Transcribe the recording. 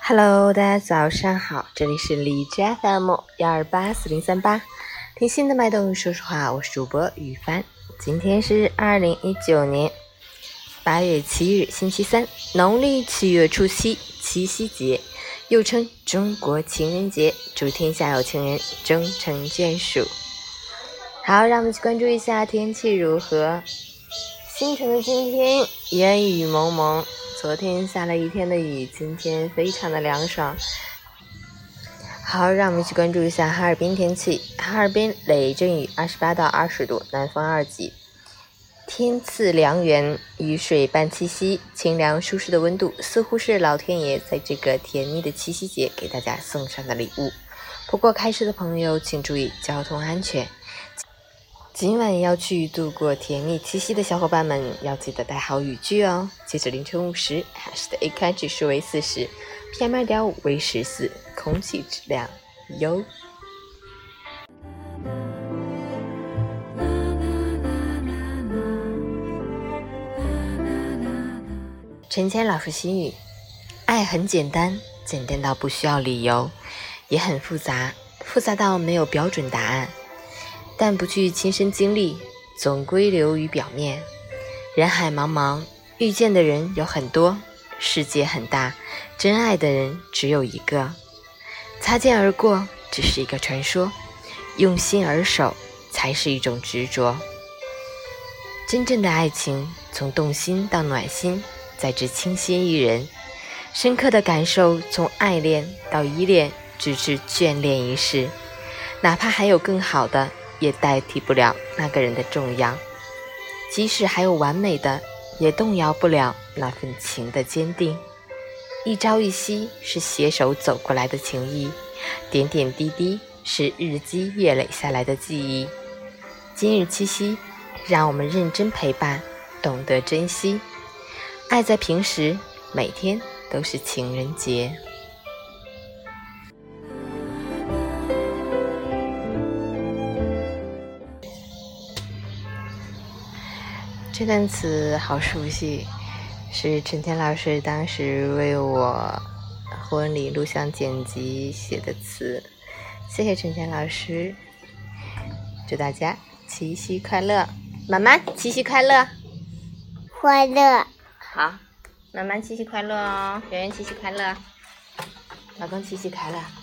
Hello， 大家早上好，这里是荔枝 FM1284038，听心的脉动，说实话，我是主播雨帆。今天是2019年8月7日，星期三，农历7月初7，七夕节，又称中国情人节，祝天下有情人终成眷属。好，让我们去关注一下天气如何。新城的今天烟雨蒙蒙，昨天下了一天的雨，今天非常的凉爽。好，让我们去关注一下哈尔滨天气。哈尔滨雷阵雨28到20度，南风2级，天赐良缘，雨水伴七夕，清凉舒适的温度，似乎是老天爷在这个甜蜜的七夕节给大家送上的礼物。不过开车的朋友请注意交通安全。今晚要去度过甜蜜七夕的小伙伴们要记得带好雨具哦。截止凌晨5时，海市的 AQI 指数为40， PM2.5 为14，空气质量优。陈谦老师心语：爱很简单，简单到不需要理由，也很复杂，复杂到没有标准答案。但不去亲身经历，总归流于表面。人海茫茫，遇见的人有很多，世界很大，真爱的人只有一个。擦肩而过只是一个传说，用心而守才是一种执着。真正的爱情，从动心到暖心，再至倾心一人。深刻的感受，从爱恋到依恋，直至眷恋一世。哪怕还有更好的，也代替不了那个人的重要，即使还有完美的，也动摇不了那份情的坚定。一朝一夕是携手走过来的情谊，点点滴滴是日积月累下来的记忆。今日七夕，让我们认真陪伴，懂得珍惜。爱在平时，每天都是情人节。这段词好熟悉，是陈天老师当时为我婚礼录像剪辑写的词，谢谢陈天老师，祝大家七夕快乐。妈妈七夕快乐， 快乐。 好，妈妈七夕快乐哦，圆圆七夕快乐，老公七夕快乐。